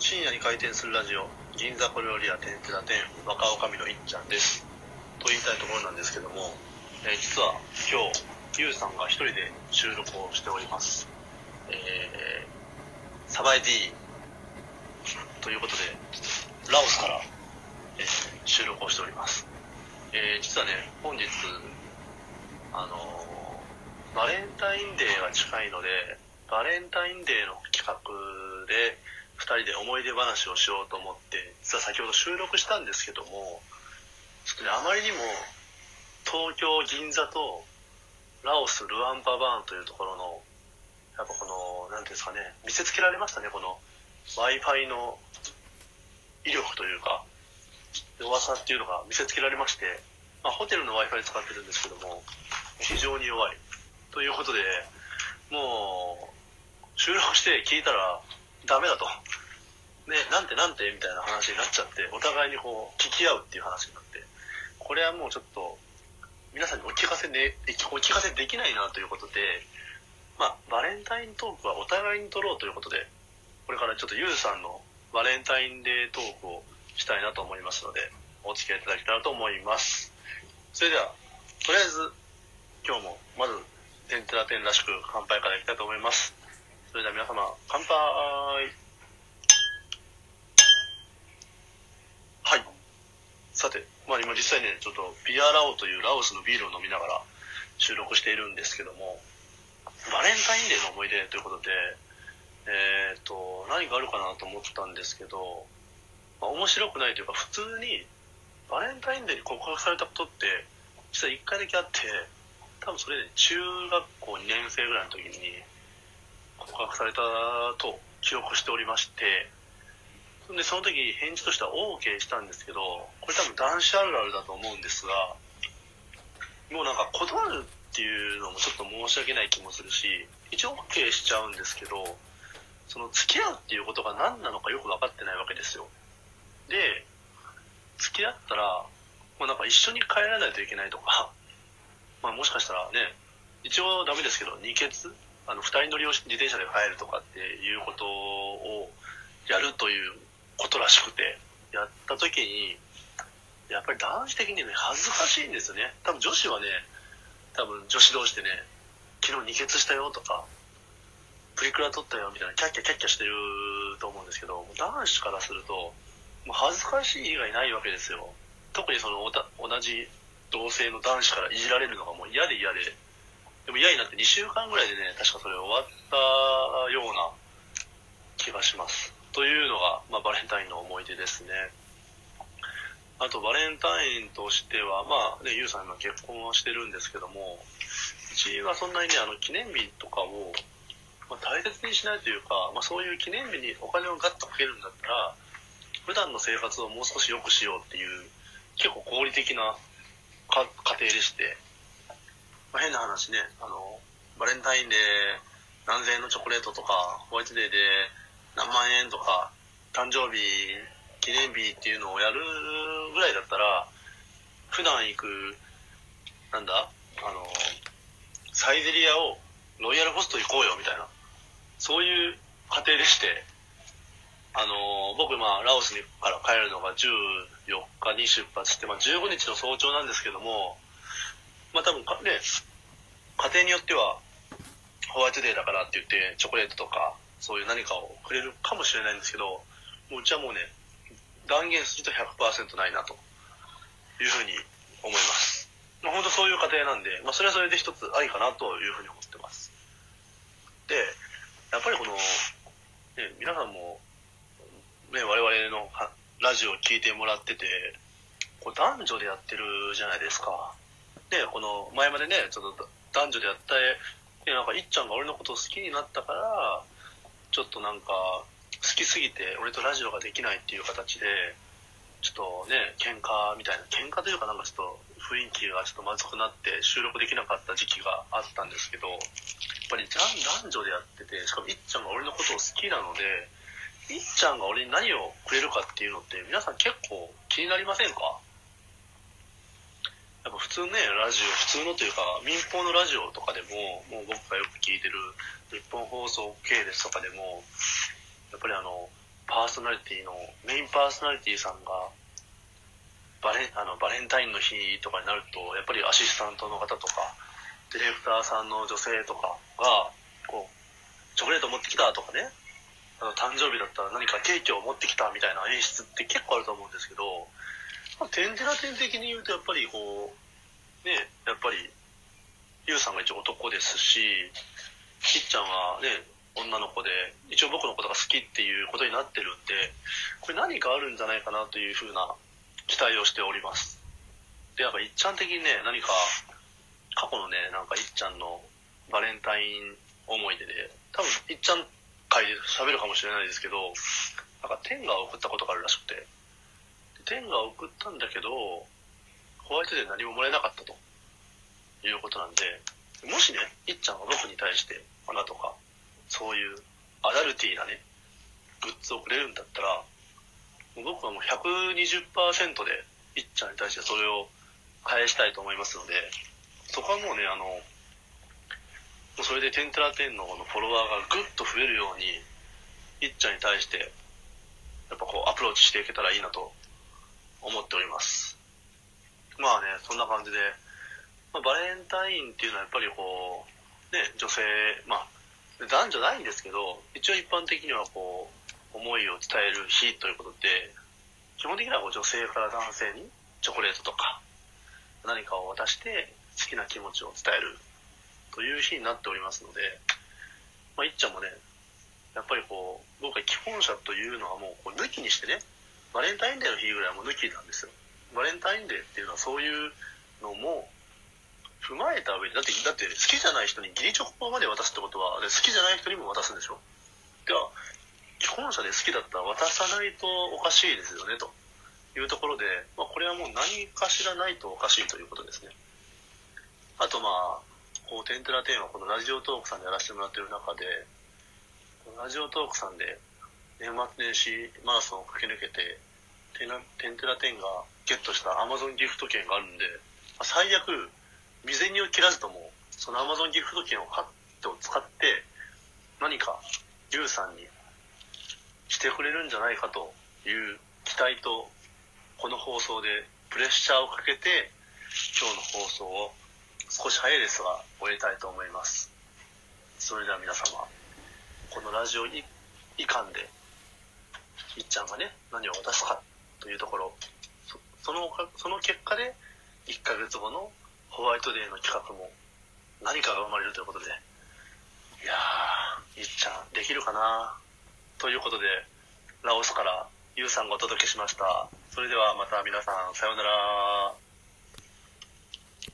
深夜に開店するラジオ、銀座小料理屋天てら店、若女将のいっちゃんです。と言いたいところなんですけども、実は今日、ゆうさんが一人で収録をしております。サバイ D ということで、ラオスから、収録をしております。実はね、本日、バレンタインデーが近いので、バレンタインデーの企画で2人で思い出話をしようと思って、実は先ほど収録したんですけども、ちょっとね、あまりにも東京銀座とラオスルアンパバーンというところの、やっぱこの、なんていうんですかね、見せつけられましたね、この Wi-Fi の威力というか、弱さっていうのが見せつけられまして、ホテルの Wi-Fi 使ってるんですけども、非常に弱い。ということで、もう、収録して聞いたらダメだと。ね、なんてみたいな話になっちゃって、お互いにこう、聞き合うっていう話になって、これはもうちょっと、皆さんにお聞かせできないなということで、バレンタイントークはお互いに撮ろうということで、これからちょっとゆうさんのバレンタインデートークをしたいなと思いますので、お付き合いいただけたらと思います。それでは、とりあえず、今日もまず、天てら天らしく乾杯からいきたいと思います。それでは皆様、乾杯。はい。さて、今実際ね、ちょっとビアラオというラオスのビールを飲みながら収録しているんですけども、バレンタインデーの思い出ということで、何があるかなと思ったんですけど、面白くないというか、普通にバレンタインデーに告白されたことって、実は1回だけあって、多分それで中学校2年生ぐらいの時に告白されたと記憶しておりまして、でその時返事としては OK したんですけど、これ多分男子あるあるだと思うんですが、もうなんか断るっていうのもちょっと申し訳ない気もするし、一応 OK しちゃうんですけど、その付き合うっていうことが何なのかよく分かってないわけですよ。で、付き合ったら、なんか一緒に帰らないといけないとか、もしかしたらね、一応ダメですけど、二欠、二人乗りを自転車で帰るとかっていうことをやるということらしくて、やった時に、やっぱり男子的にね、恥ずかしいんですよね。多分女子はね、女子同士でね、昨日二欠したよとか、プリクラ撮ったよみたいなキャッキャしてると思うんですけど、男子からすると、もう恥ずかしい以外ないわけですよ。特にその同じ同性の男子からいじられるのがもう嫌で、でも嫌になって2週間ぐらいでね、確かそれ終わったような気がします。というのが、バレンタインの思い出ですね。あとバレンタインとしては、ゆうさんが結婚はしてるんですけども、うちはそんなにね、記念日とかを、大切にしないというか、そういう記念日にお金をガッとかけるんだったら、普段の生活をもう少し良くしようっていう、結構合理的な家庭でして、変な話ね、バレンタインで何千円のチョコレートとか、ホワイトデーで何万円とか、誕生日、記念日っていうのをやるぐらいだったら、普段行く、サイゼリアをロイヤルホスト行こうよみたいな、そういう家庭でして、僕ラオスから帰るのが14日に出発して、15日の早朝なんですけども、多分ね、家庭によってはホワイトデーだからって言ってチョコレートとかそういう何かをくれるかもしれないんですけど、うちはもうね、断言すると 100% ないなというふうに思います。本当そういう家庭なんで、それはそれで一つありかなというふうに思ってます。で、やっぱりこの、皆さんも、我々のラジオを聞いてもらってて、男女でやってるじゃないですか。で、この前までね、ちょっと男女でやって、なんかいっちゃんが俺のことを好きになったから、ちょっとなんか好きすぎて俺とラジオができないっていう形で、ちょっとね、喧嘩みたいな、喧嘩というかなんかちょっと雰囲気がちょっとまずくなって収録できなかった時期があったんですけど、やっぱり男女でやってて、しかもいっちゃんが俺のことを好きなので、いっちゃんが俺に何をくれるかっていうのって皆さん結構気になりませんか？やっぱ普通ね、ラジオ、普通のというか民放のラジオとかでも、もう僕がよく聞いてる日本放送系列とかでも、やっぱりパーソソナリティの、メインパーソナリティさんが、バレンタインの日とかになると、やっぱりアシスタントの方とか、ディレクターさんの女性とかが、こう、チョコレート持ってきたとかね、誕生日だったら何かケーキを持ってきたみたいな演出って結構あると思うんですけど、テンテラテン的に言うとやっぱりこう、ね、やっぱり、ユウさんが一応男ですし、きっちゃんはね、女の子で、一応僕のことが好きっていうことになってるんで、これ何かあるんじゃないかなというふうな期待をしております。で、いっちゃん的にね、何か、過去のね、いっちゃんのバレンタイン思い出で、多分いっちゃん会で喋るかもしれないですけど、天が送ったことがあるらしくて、天が送ったんだけど、ホワイトデー何ももらえなかったということなんで、もしね、いっちゃんが僕に対して花とか、そういうアダルティーなね、グッズをくれるんだったら、僕はもう 120% でいっちゃんに対してそれを返したいと思いますので、そこはもうね、それでテンテラ天皇のフォロワーがぐっと増えるように、いっちゃんに対して、やっぱこうアプローチしていけたらいいなと思っております。まあね、そんな感じで、バレンタインっていうのはやっぱりこう、ね、女性、男女ないんですけど、一応一般的にはこう、思いを伝える日ということで、基本的にはこう女性から男性にチョコレートとか何かを渡して好きな気持ちを伝えるという日になっておりますので、いっちゃんもね、やっぱりこう、僕は既婚者というのはもうこう抜きにしてね、バレンタインデーの日ぐらいはもう抜きなんですよ。バレンタインデーっていうのはそういうのも踏まえた上で、だって好きじゃない人に義理チョコまで渡すってことは、好きじゃない人にも渡すんでしょ。では、既婚者で好きだったら渡さないとおかしいですよね、というところで、これはもう何かしらないとおかしいということですね。あとこう、テンテラテンはこのラジオトークさんでやらせてもらってる中で、ラジオトークさんで年末年始マラソンを駆け抜けて、テンテラテンがゲットした Amazon ギフト券があるんで、最悪、未然を切らずとも、その Amazon ギフト券を買って使って、何か、ユウさんにしてくれるんじゃないかという期待と、この放送でプレッシャーをかけて、今日の放送を少し早いですが終えたいと思います。それでは皆様、このラジオ以下で、いっちゃんがね、何を渡すかというところ、その結果で、1ヶ月後のホワイトデーの企画も何かが生まれるということで、いやー、いっちゃんできるかなということで、ラオスからユウさんがお届けしました。それではまた皆さん、さようなら。